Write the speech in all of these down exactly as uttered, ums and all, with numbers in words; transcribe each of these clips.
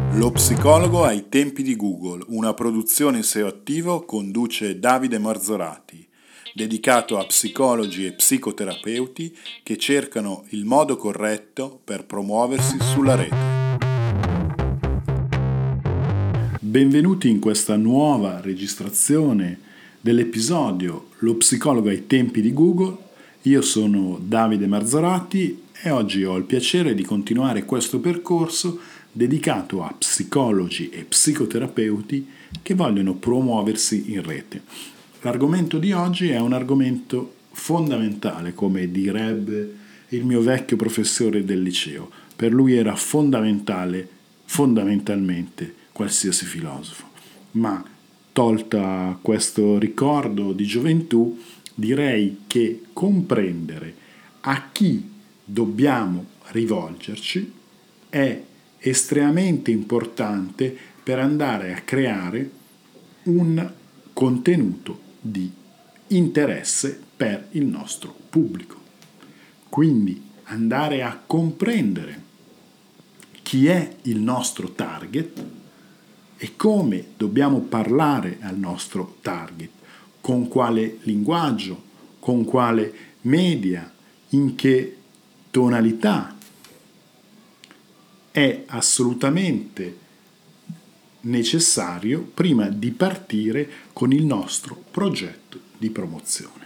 Lo psicologo ai tempi di Google, una produzione S E O attivo, conduce Davide Marzorati, dedicato a psicologi e psicoterapeuti che cercano il modo corretto per promuoversi sulla rete. Benvenuti in questa nuova registrazione dell'episodio Lo psicologo ai tempi di Google. Io sono Davide Marzorati e oggi ho il piacere di continuare questo percorso dedicato a psicologi e psicoterapeuti che vogliono promuoversi in rete. L'argomento di oggi è un argomento fondamentale, come direbbe il mio vecchio professore del liceo. Per lui era fondamentale, fondamentalmente, qualsiasi filosofo. Ma tolta questo ricordo di gioventù, direi che comprendere a chi dobbiamo rivolgerci è estremamente importante per andare a creare un contenuto di interesse per il nostro pubblico. Quindi andare a comprendere chi è il nostro target e come dobbiamo parlare al nostro target, con quale linguaggio, con quale media, in che tonalità, è assolutamente necessario prima di partire con il nostro progetto di promozione.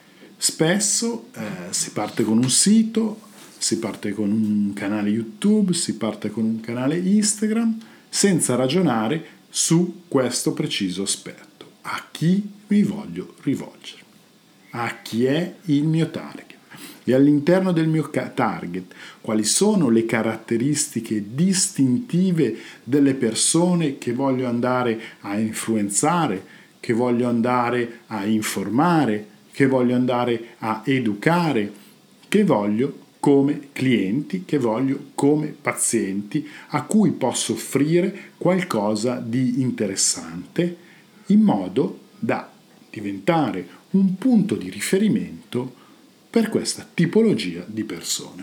Spesso eh, si parte con un sito, si parte con un canale YouTube, si parte con un canale Instagram, senza ragionare su questo preciso aspetto. A chi mi voglio rivolgere? A chi è il mio target? E all'interno del mio target, quali sono le caratteristiche distintive delle persone che voglio andare a influenzare, che voglio andare a informare, che voglio andare a educare, che voglio come clienti, che voglio come pazienti, a cui posso offrire qualcosa di interessante, in modo da diventare un punto di riferimento per questa tipologia di persone.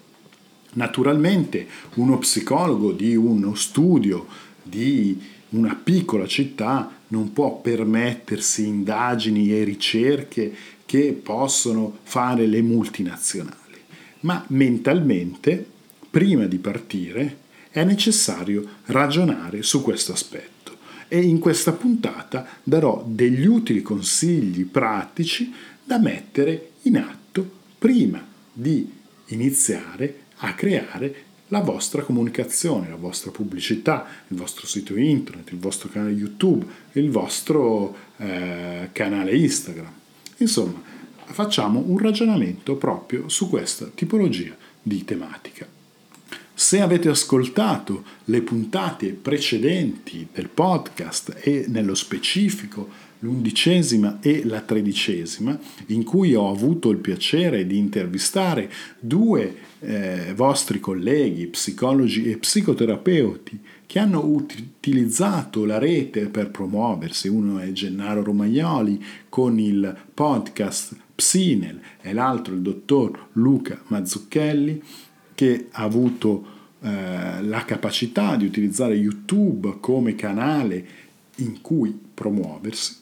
Naturalmente uno psicologo di uno studio di una piccola città non può permettersi indagini e ricerche che possono fare le multinazionali, ma mentalmente, prima di partire, è necessario ragionare su questo aspetto e in questa puntata darò degli utili consigli pratici da mettere in atto prima di iniziare a creare la vostra comunicazione, la vostra pubblicità, il vostro sito internet, il vostro canale YouTube, il vostro eh, canale Instagram. Insomma, facciamo un ragionamento proprio su questa tipologia di tematica. Se avete ascoltato le puntate precedenti del podcast e nello specifico l'undicesima e la tredicesima, in cui ho avuto il piacere di intervistare due eh, vostri colleghi, psicologi e psicoterapeuti, che hanno utilizzato la rete per promuoversi, uno è Gennaro Romagnoli con il podcast Psinel e l'altro il dottor Luca Mazzucchelli, che ha avuto eh, la capacità di utilizzare YouTube come canale in cui promuoversi.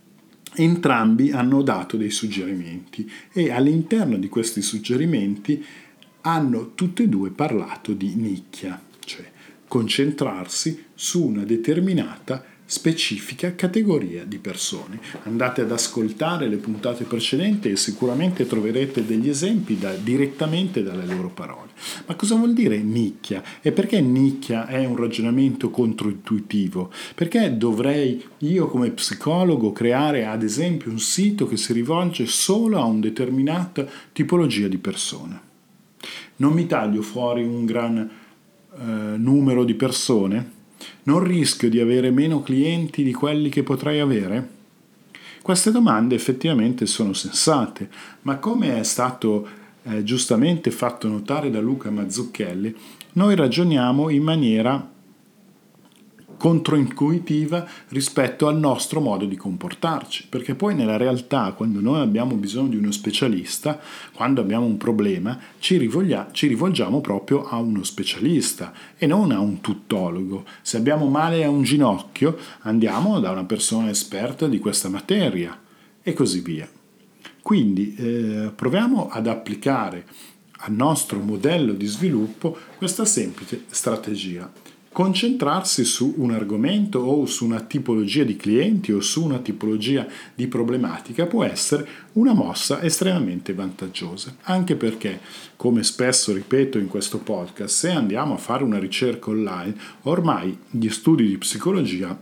Entrambi hanno dato dei suggerimenti e all'interno di questi suggerimenti hanno tutte e due parlato di nicchia, cioè concentrarsi su una determinata specifica categoria di persone. Andate ad ascoltare le puntate precedenti e sicuramente troverete degli esempi da, direttamente dalle loro parole. Ma cosa vuol dire nicchia? E perché nicchia è un ragionamento controintuitivo? Perché dovrei io come psicologo creare ad esempio un sito che si rivolge solo a una determinata tipologia di persone? Non mi taglio fuori un gran eh, numero di persone? Non rischio di avere meno clienti di quelli che potrei avere? Queste domande effettivamente sono sensate, ma come è stato eh, giustamente fatto notare da Luca Mazzucchelli, noi ragioniamo in maniera controintuitiva rispetto al nostro modo di comportarci, perché poi nella realtà, quando noi abbiamo bisogno di uno specialista, quando abbiamo un problema, ci, rivolgia, ci rivolgiamo proprio a uno specialista e non a un tuttologo. Se abbiamo male a un ginocchio, andiamo da una persona esperta di questa materia e così via. Quindi eh, proviamo ad applicare al nostro modello di sviluppo questa semplice strategia. Concentrarsi su un argomento o su una tipologia di clienti o su una tipologia di problematica può essere una mossa estremamente vantaggiosa, anche perché, come spesso ripeto in questo podcast, se andiamo a fare una ricerca online, ormai gli studi di psicologia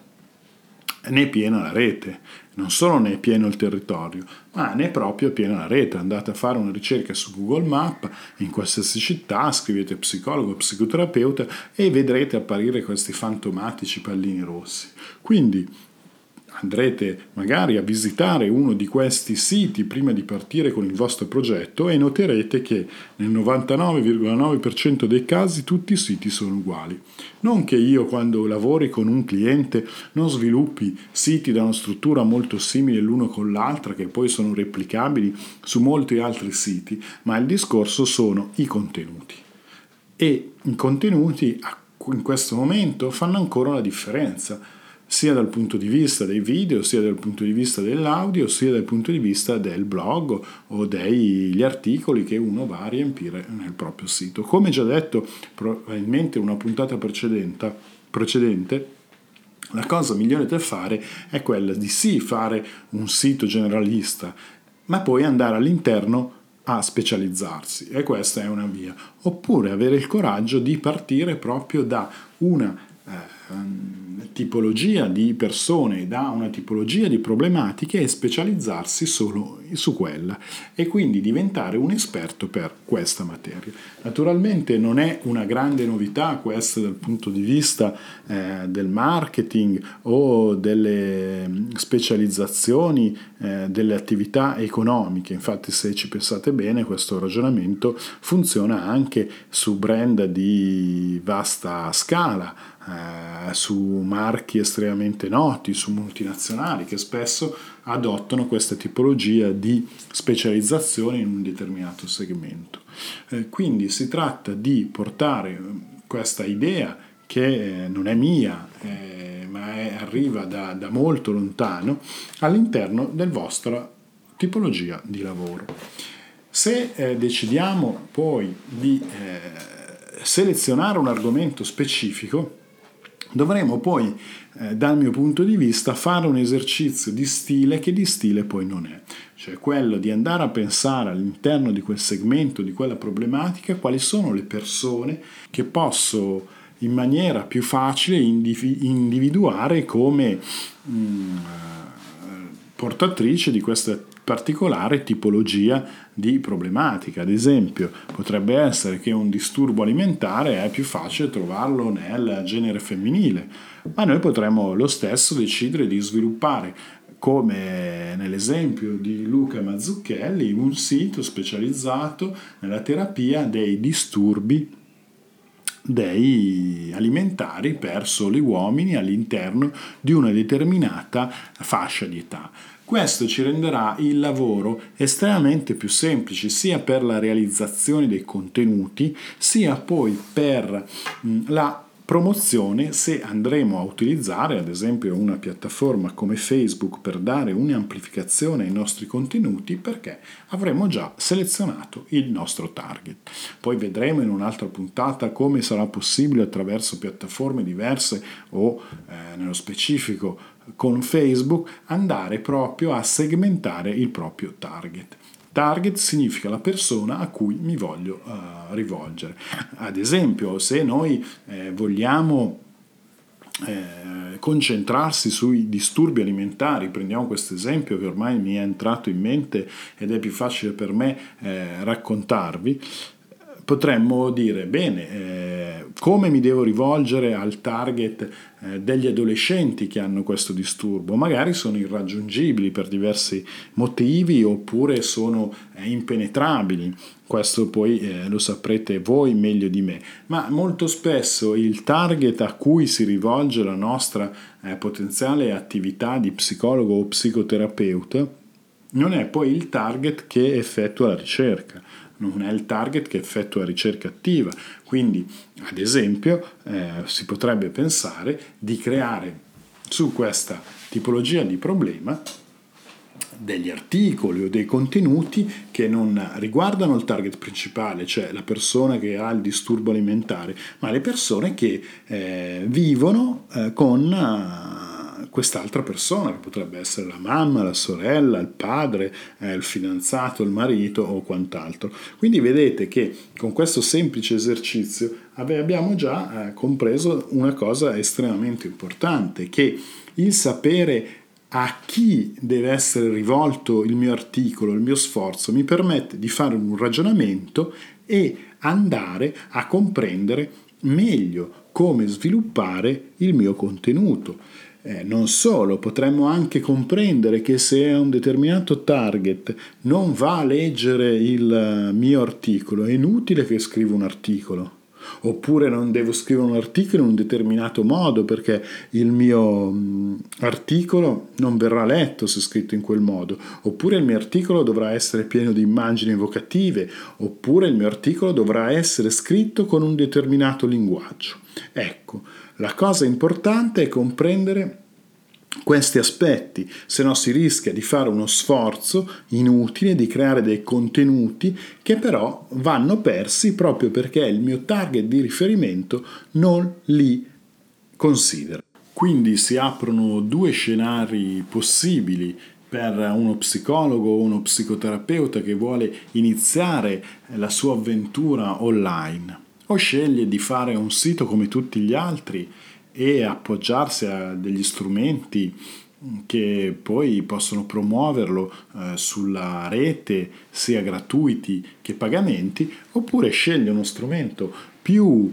ne è piena la rete, non solo ne è pieno il territorio, ma ne è proprio piena la rete. Andate a fare una ricerca su Google Maps, in qualsiasi città, scrivete psicologo, psicoterapeuta e vedrete apparire questi fantomatici pallini rossi. Quindi andrete magari a visitare uno di questi siti prima di partire con il vostro progetto e noterete che nel novantanove virgola nove per cento dei casi tutti i siti sono uguali. Non che io, quando lavori con un cliente, non sviluppi siti da una struttura molto simile l'uno con l'altra che poi sono replicabili su molti altri siti, ma il discorso sono i contenuti. E i contenuti in questo momento fanno ancora la differenza, sia dal punto di vista dei video, sia dal punto di vista dell'audio, sia dal punto di vista del blog o degli articoli che uno va a riempire nel proprio sito. Come già detto probabilmente in una puntata precedente, precedente la cosa migliore da fare è quella di sì fare un sito generalista, ma poi andare all'interno a specializzarsi, e questa è una via. Oppure avere il coraggio di partire proprio da una eh, tipologia di persone, da una tipologia di problematiche e specializzarsi solo su quella e quindi diventare un esperto per questa materia. Naturalmente non è una grande novità questa dal punto di vista eh, del marketing o delle specializzazioni eh, delle attività economiche. Infatti, se ci pensate bene, questo ragionamento funziona anche su brand di vasta scala, Eh, su marchi estremamente noti, su multinazionali che spesso adottano questa tipologia di specializzazione in un determinato segmento. Eh, quindi si tratta di portare questa idea che eh, non è mia, eh, ma è, arriva da, da molto lontano, all'interno del vostra tipologia di lavoro. Se eh, decidiamo poi di eh, selezionare un argomento specifico, dovremo poi, eh, dal mio punto di vista, fare un esercizio di stile che di stile poi non è, cioè quello di andare a pensare all'interno di quel segmento, di quella problematica, quali sono le persone che posso in maniera più facile individuare come mh, portatrice di questa particolare tipologia di problematica. Ad esempio, potrebbe essere che un disturbo alimentare è più facile trovarlo nel genere femminile, ma noi potremmo lo stesso decidere di sviluppare, come nell'esempio di Luca Mazzucchelli, un sito specializzato nella terapia dei disturbi dei alimentari per soli uomini all'interno di una determinata fascia di età. Questo ci renderà il lavoro estremamente più semplice, sia per la realizzazione dei contenuti, sia poi per mh, la promozione, se andremo a utilizzare ad esempio una piattaforma come Facebook per dare un'amplificazione ai nostri contenuti, perché avremo già selezionato il nostro target. Poi vedremo in un'altra puntata come sarà possibile attraverso piattaforme diverse o eh, nello specifico con Facebook andare proprio a segmentare il proprio target. Target significa la persona a cui mi voglio uh, rivolgere. Ad esempio, se noi eh, vogliamo eh, concentrarsi sui disturbi alimentari, prendiamo questo esempio che ormai mi è entrato in mente ed è più facile per me eh, raccontarvi, potremmo dire, bene, eh, come mi devo rivolgere al target eh, degli adolescenti che hanno questo disturbo? Magari sono irraggiungibili per diversi motivi oppure sono eh, impenetrabili. Questo poi eh, lo saprete voi meglio di me, ma molto spesso il target a cui si rivolge la nostra eh, potenziale attività di psicologo o psicoterapeuta non è poi il target che effettua la ricerca, non è il target che effettua la ricerca attiva. Quindi, ad esempio, eh, si potrebbe pensare di creare su questa tipologia di problema degli articoli o dei contenuti che non riguardano il target principale, cioè la persona che ha il disturbo alimentare, ma le persone che eh, vivono eh, con uh, quest'altra persona, che potrebbe essere la mamma, la sorella, il padre, eh, il fidanzato, il marito o quant'altro. Quindi vedete che con questo semplice esercizio abbiamo già eh, compreso una cosa estremamente importante, che il sapere a chi deve essere rivolto il mio articolo, il mio sforzo, mi permette di fare un ragionamento e andare a comprendere meglio come sviluppare il mio contenuto. Eh, non solo, potremmo anche comprendere che se a un determinato target non va a leggere il mio articolo, è inutile che scriva un articolo. Oppure non devo scrivere un articolo in un determinato modo perché il mio mh, articolo non verrà letto se scritto in quel modo, oppure il mio articolo dovrà essere pieno di immagini evocative, oppure il mio articolo dovrà essere scritto con un determinato linguaggio. Ecco, la cosa importante è comprendere questi aspetti, se no si rischia di fare uno sforzo inutile, di creare dei contenuti che però vanno persi proprio perché il mio target di riferimento non li considera. Quindi si aprono due scenari possibili per uno psicologo o uno psicoterapeuta che vuole iniziare la sua avventura online. O sceglie di fare un sito come tutti gli altri e appoggiarsi a degli strumenti che poi possono promuoverlo eh, sulla rete, sia gratuiti che pagamenti, oppure sceglie uno strumento più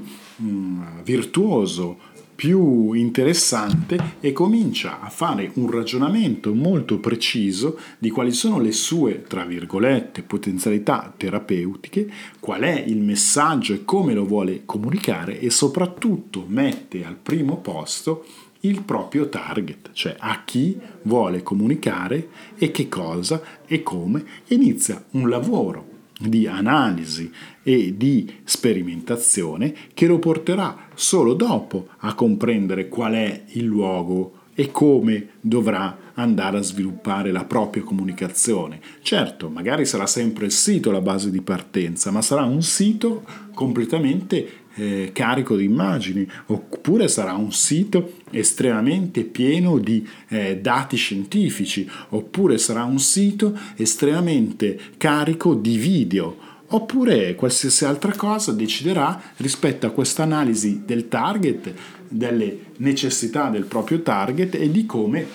mh, virtuoso, più interessante e comincia a fare un ragionamento molto preciso di quali sono le sue, tra virgolette, potenzialità terapeutiche, qual è il messaggio e come lo vuole comunicare e soprattutto mette al primo posto il proprio target, cioè a chi vuole comunicare e che cosa e come. Inizia un lavoro di analisi e di sperimentazione che lo porterà solo dopo a comprendere qual è il luogo e come dovrà andare a sviluppare la propria comunicazione. Certo, magari sarà sempre il sito la base di partenza, ma sarà un sito completamente eh, carico di immagini, oppure sarà un sito estremamente pieno di eh, dati scientifici, oppure sarà un sito estremamente carico di video, oppure qualsiasi altra cosa deciderà rispetto a questa analisi del target, delle necessità del proprio target e di come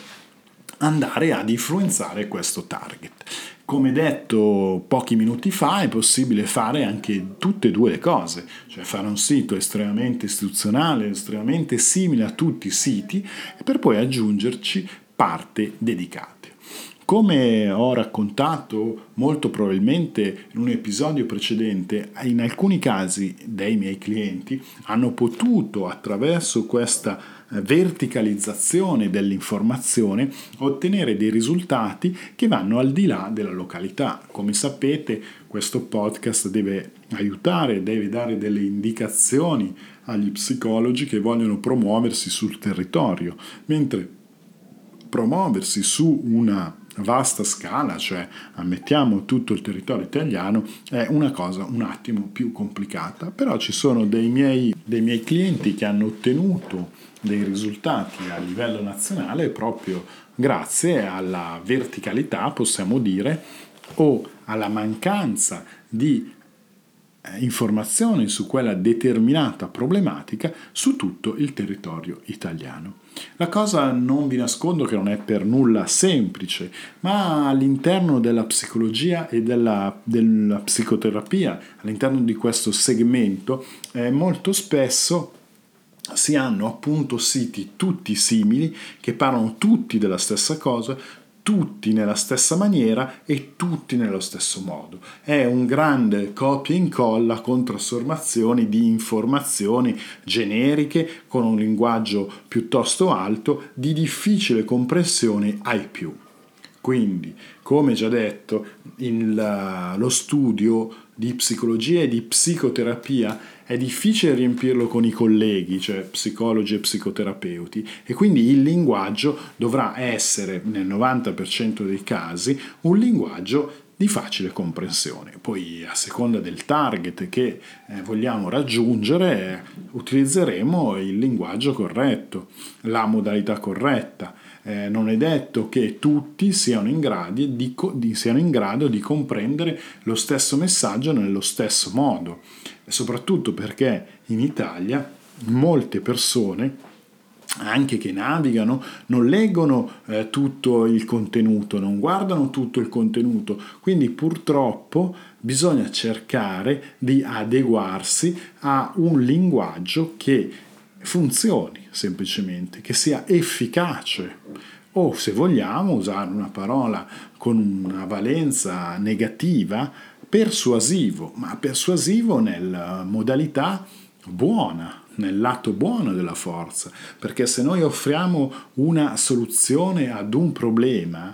andare ad influenzare questo target. Come detto pochi minuti fa, è possibile fare anche tutte e due le cose, cioè fare un sito estremamente istituzionale, estremamente simile a tutti i siti, per poi aggiungerci parte dedicate. Come ho raccontato molto probabilmente in un episodio precedente, in alcuni casi dei miei clienti hanno potuto, attraverso questa verticalizzazione dell'informazione, ottenere dei risultati che vanno al di là della località. Come sapete, questo podcast deve aiutare, deve dare delle indicazioni agli psicologi che vogliono promuoversi sul territorio, mentre promuoversi su una vasta scala, cioè ammettiamo tutto il territorio italiano, è una cosa un attimo più complicata. Però ci sono dei miei, dei miei clienti che hanno ottenuto dei risultati a livello nazionale proprio grazie alla verticalità, possiamo dire, o alla mancanza di informazioni su quella determinata problematica su tutto il territorio italiano. La cosa non vi nascondo che non è per nulla semplice, ma all'interno della psicologia e della, della psicoterapia, all'interno di questo segmento, eh, molto spesso si hanno appunto siti tutti simili, che parlano tutti della stessa cosa, tutti nella stessa maniera e tutti nello stesso modo. È un grande copia e incolla con trasformazioni di informazioni generiche con un linguaggio piuttosto alto di difficile comprensione ai più. Quindi, come già detto, il, lo studio di psicologia e di psicoterapia è difficile riempirlo con i colleghi, cioè psicologi e psicoterapeuti, e quindi il linguaggio dovrà essere, nel novanta per cento dei casi, un linguaggio di facile comprensione. Poi, a seconda del target che eh, vogliamo raggiungere, utilizzeremo il linguaggio corretto, la modalità corretta. Eh, non è detto che tutti siano in, grado di, di, siano in grado di comprendere lo stesso messaggio nello stesso modo, e soprattutto perché in Italia molte persone, anche che navigano, non leggono eh, tutto il contenuto, non guardano tutto il contenuto, quindi purtroppo bisogna cercare di adeguarsi a un linguaggio che funzioni semplicemente, che sia efficace, o se vogliamo usare una parola con una valenza negativa, persuasivo, ma persuasivo nella modalità buona, nel lato buono della forza, perché se noi offriamo una soluzione ad un problema,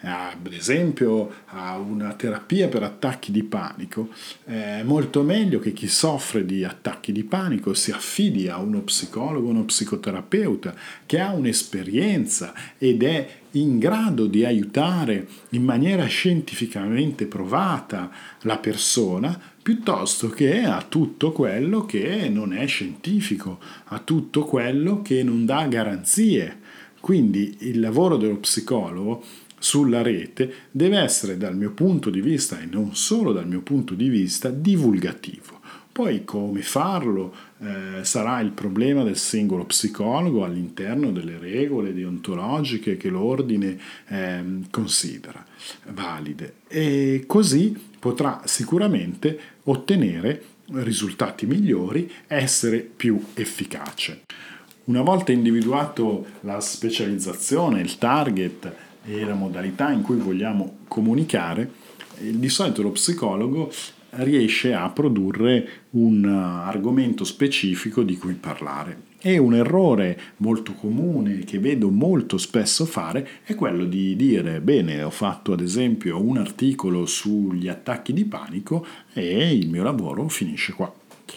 ad esempio a una terapia per attacchi di panico, è molto meglio che chi soffre di attacchi di panico si affidi a uno psicologo, uno psicoterapeuta che ha un'esperienza ed è in grado di aiutare in maniera scientificamente provata la persona, piuttosto che a tutto quello che non è scientifico, a tutto quello che non dà garanzie. Quindi il lavoro dello psicologo sulla rete deve essere, dal mio punto di vista e non solo dal mio punto di vista, divulgativo. Poi come farlo eh, sarà il problema del singolo psicologo all'interno delle regole deontologiche che l'ordine eh, considera valide, e così potrà sicuramente ottenere risultati migliori, essere più efficace. Una volta individuato la specializzazione, il target e la modalità in cui vogliamo comunicare, di solito lo psicologo riesce a produrre un argomento specifico di cui parlare. E un errore molto comune che vedo molto spesso fare è quello di dire: bene, ho fatto ad esempio un articolo sugli attacchi di panico e il mio lavoro finisce qua.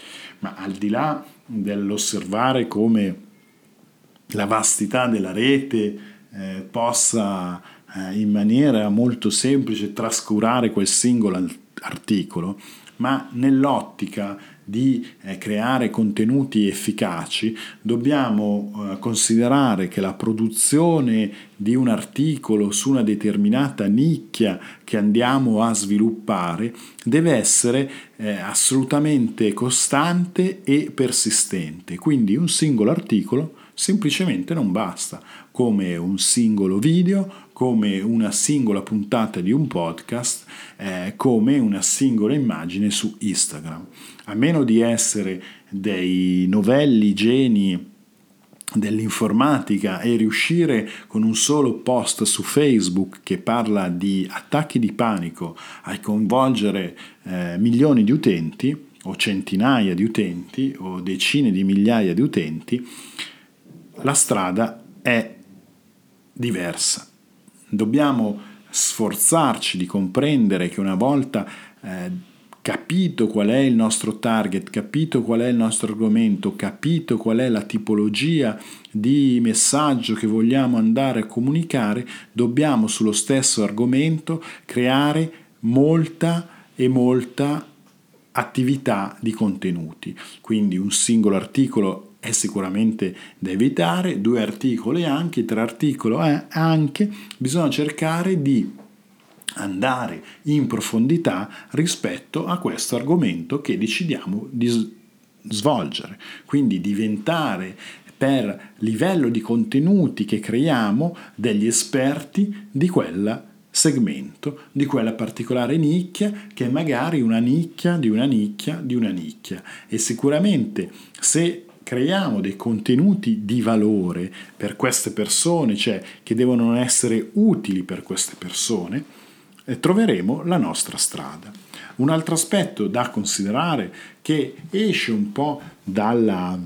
Ma al di là dell'osservare come la vastità della rete eh, possa eh, in maniera molto semplice trascurare quel singolo articolo, ma nell'ottica di eh, creare contenuti efficaci dobbiamo eh, considerare che la produzione di un articolo su una determinata nicchia che andiamo a sviluppare deve essere eh, assolutamente costante e persistente. Quindi un singolo articolo semplicemente non basta, come un singolo video, come una singola puntata di un podcast, eh, come una singola immagine su Instagram. A meno di essere dei novelli geni dell'informatica e riuscire con un solo post su Facebook che parla di attacchi di panico a coinvolgere eh, milioni di utenti o centinaia di utenti o decine di migliaia di utenti, la strada è diversa. Dobbiamo sforzarci di comprendere che una volta eh, capito qual è il nostro target, capito qual è il nostro argomento, capito qual è la tipologia di messaggio che vogliamo andare a comunicare, dobbiamo sullo stesso argomento creare molta e molta attività di contenuti. Quindi un singolo articolo è sicuramente da evitare, due articoli anche, tre articoli anche, bisogna cercare di andare in profondità rispetto a questo argomento che decidiamo di svolgere, quindi diventare per livello di contenuti che creiamo degli esperti di quel segmento, di quella particolare nicchia, che è magari una nicchia di una nicchia di una nicchia. E sicuramente se creiamo dei contenuti di valore per queste persone, cioè che devono essere utili per queste persone, eh, troveremo la nostra strada. Un altro aspetto da considerare, che esce un po' dalla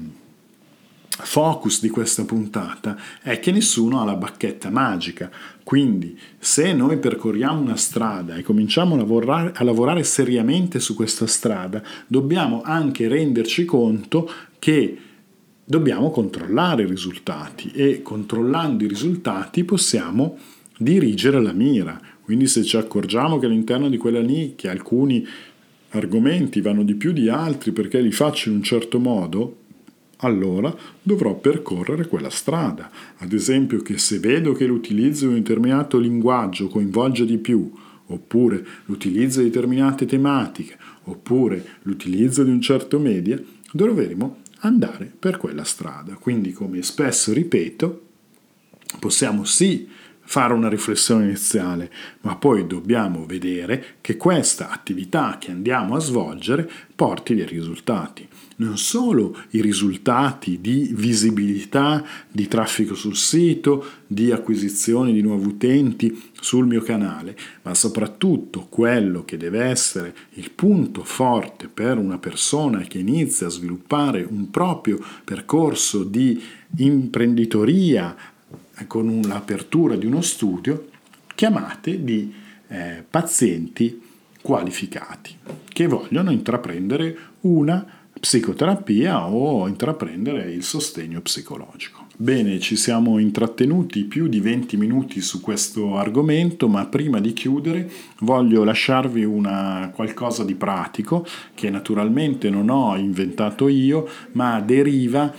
focus di questa puntata, è che nessuno ha la bacchetta magica. Quindi se noi percorriamo una strada e cominciamo a lavorare, a lavorare seriamente su questa strada, dobbiamo anche renderci conto che dobbiamo controllare i risultati, e controllando i risultati possiamo dirigere la mira. Quindi se ci accorgiamo che all'interno di quella nicchia alcuni argomenti vanno di più di altri perché li faccio in un certo modo, allora dovrò percorrere quella strada. Ad esempio, che se vedo che l'utilizzo di un determinato linguaggio coinvolge di più, oppure l'utilizzo di determinate tematiche, oppure l'utilizzo di un certo media, dovremo andare per quella strada. Quindi, come spesso ripeto, possiamo sì fare una riflessione iniziale, ma poi dobbiamo vedere che questa attività che andiamo a svolgere porti dei risultati. Non solo i risultati di visibilità, di traffico sul sito, di acquisizione di nuovi utenti sul mio canale, ma soprattutto quello che deve essere il punto forte per una persona che inizia a sviluppare un proprio percorso di imprenditoria con l'apertura di uno studio, chiamate di eh, pazienti qualificati che vogliono intraprendere una psicoterapia o intraprendere il sostegno psicologico. Bene, ci siamo intrattenuti più di venti minuti su questo argomento, ma prima di chiudere voglio lasciarvi una qualcosa di pratico che naturalmente non ho inventato io, ma deriva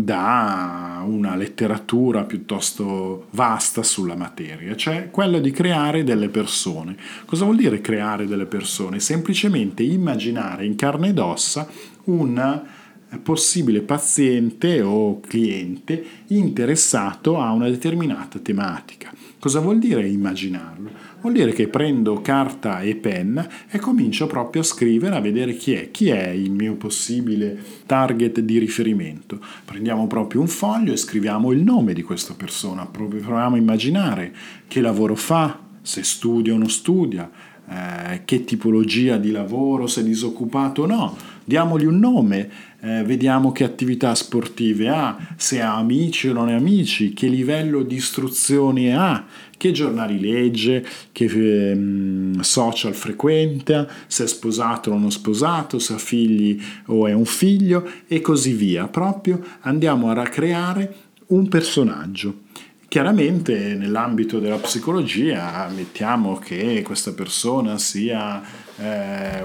da una letteratura piuttosto vasta sulla materia, cioè quella di creare delle persone. Cosa vuol dire creare delle persone? Semplicemente immaginare in carne ed ossa un possibile paziente o cliente interessato a una determinata tematica. Cosa vuol dire immaginarlo? Vuol dire che prendo carta e penna e comincio proprio a scrivere, a vedere chi è, chi è il mio possibile target di riferimento. Prendiamo proprio un foglio e scriviamo il nome di questa persona, proviamo a immaginare che lavoro fa, se studia o non studia, eh, che tipologia di lavoro, se è disoccupato o no. Diamogli un nome, eh, vediamo che attività sportive ha, se ha amici o non ha amici, che livello di istruzione ha, che giornali legge, che ehm, social frequenta, se è sposato o non sposato, se ha figli o è un figlio e così via. Proprio andiamo a creare un personaggio. Chiaramente nell'ambito della psicologia mettiamo che questa persona sia eh,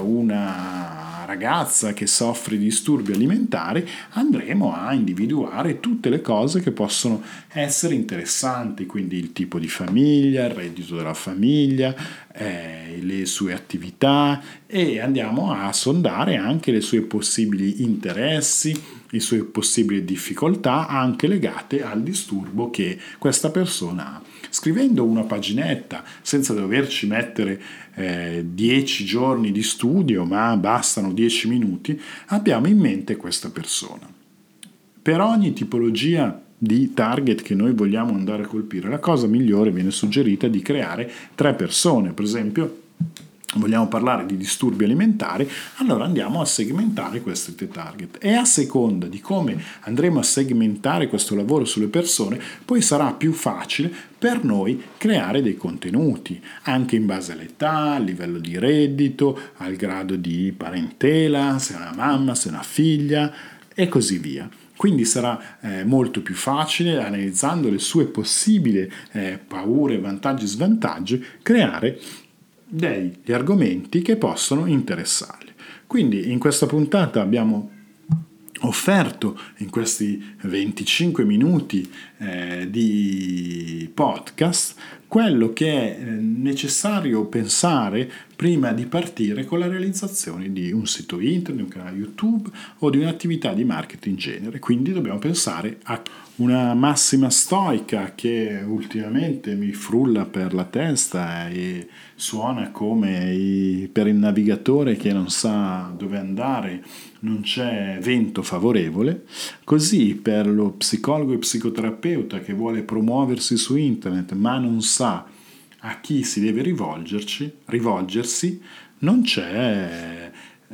una ragazza che soffre di disturbi alimentari, andremo a individuare tutte le cose che possono essere interessanti, quindi il tipo di famiglia, il reddito della famiglia, eh, le sue attività, e andiamo a sondare anche le sue possibili interessi, le sue possibili difficoltà anche legate al disturbo che questa persona ha. Scrivendo una paginetta senza doverci mettere eh, dieci giorni di studio, ma bastano dieci minuti, abbiamo in mente questa persona. Per ogni tipologia di target che noi vogliamo andare a colpire, la cosa migliore viene suggerita di creare tre persone. Per esempio, vogliamo parlare di disturbi alimentari, allora andiamo a segmentare questi tre target, e a seconda di come andremo a segmentare questo lavoro sulle persone, poi sarà più facile per noi creare dei contenuti, anche in base all'età, al livello di reddito, al grado di parentela, se è una mamma, se è una figlia e così via. Quindi sarà eh, molto più facile, analizzando le sue possibili eh, paure, vantaggi e svantaggi, creare degli argomenti che possono interessarli. Quindi in questa puntata abbiamo offerto, in questi venticinque minuti eh, di podcast, quello che è necessario pensare prima di partire con la realizzazione di un sito internet, un canale YouTube o di un'attività di marketing in genere. Quindi dobbiamo pensare a una massima stoica che ultimamente mi frulla per la testa e suona come i, per il navigatore che non sa dove andare, non c'è vento favorevole. Così per lo psicologo e psicoterapeuta che vuole promuoversi su internet ma non sa a chi si deve rivolgerci, rivolgersi, non c'è eh,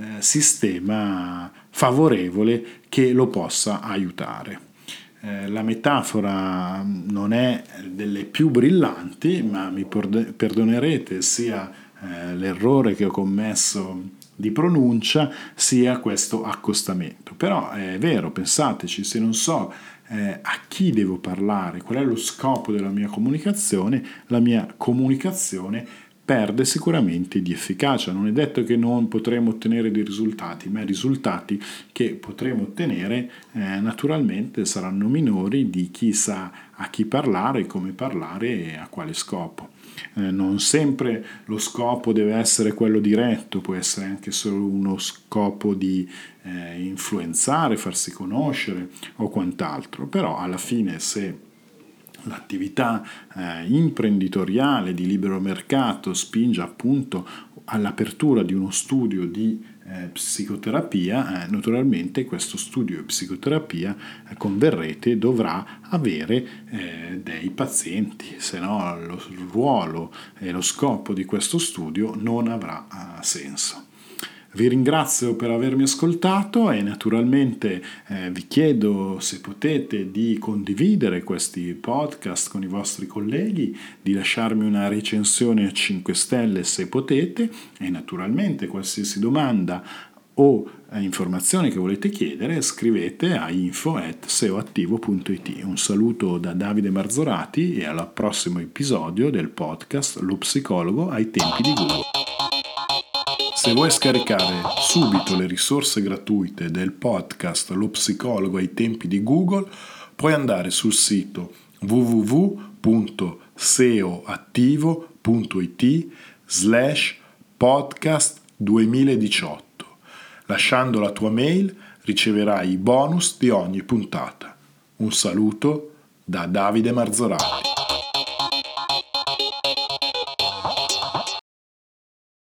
sistema favorevole che lo possa aiutare. Eh, la metafora non è delle più brillanti, ma mi perdonerete sia eh, l'errore che ho commesso di pronuncia, sia questo accostamento. Però è vero, pensateci, se non so eh, a chi devo parlare, qual è lo scopo della mia comunicazione, la mia comunicazione perde sicuramente di efficacia. Non è detto che non potremo ottenere dei risultati, ma i risultati che potremo ottenere eh, naturalmente saranno minori di chi sa a chi parlare, come parlare e a quale scopo. Eh, non sempre lo scopo deve essere quello diretto, può essere anche solo uno scopo di eh, influenzare, farsi conoscere o quant'altro, però alla fine se l'attività eh, imprenditoriale di libero mercato spinge appunto all'apertura di uno studio di eh, psicoterapia, eh, naturalmente questo studio di psicoterapia, eh, converrete, dovrà avere eh, dei pazienti, se no lo, il ruolo e lo scopo di questo studio non avrà eh, senso. Vi ringrazio per avermi ascoltato e naturalmente eh, vi chiedo se potete di condividere questi podcast con i vostri colleghi, di lasciarmi una recensione a cinque stelle se potete e naturalmente qualsiasi domanda o eh, informazione che volete chiedere scrivete a info at seoattivo punto it. Un saluto da Davide Marzorati e al prossimo episodio del podcast Lo psicologo ai tempi di Google. Se vuoi scaricare subito le risorse gratuite del podcast Lo psicologo ai tempi di Google, puoi andare sul sito w w w punto seoattivo punto it slash podcast duemiladiciotto. Lasciando la tua mail riceverai i bonus di ogni puntata. Un saluto da Davide Marzorati.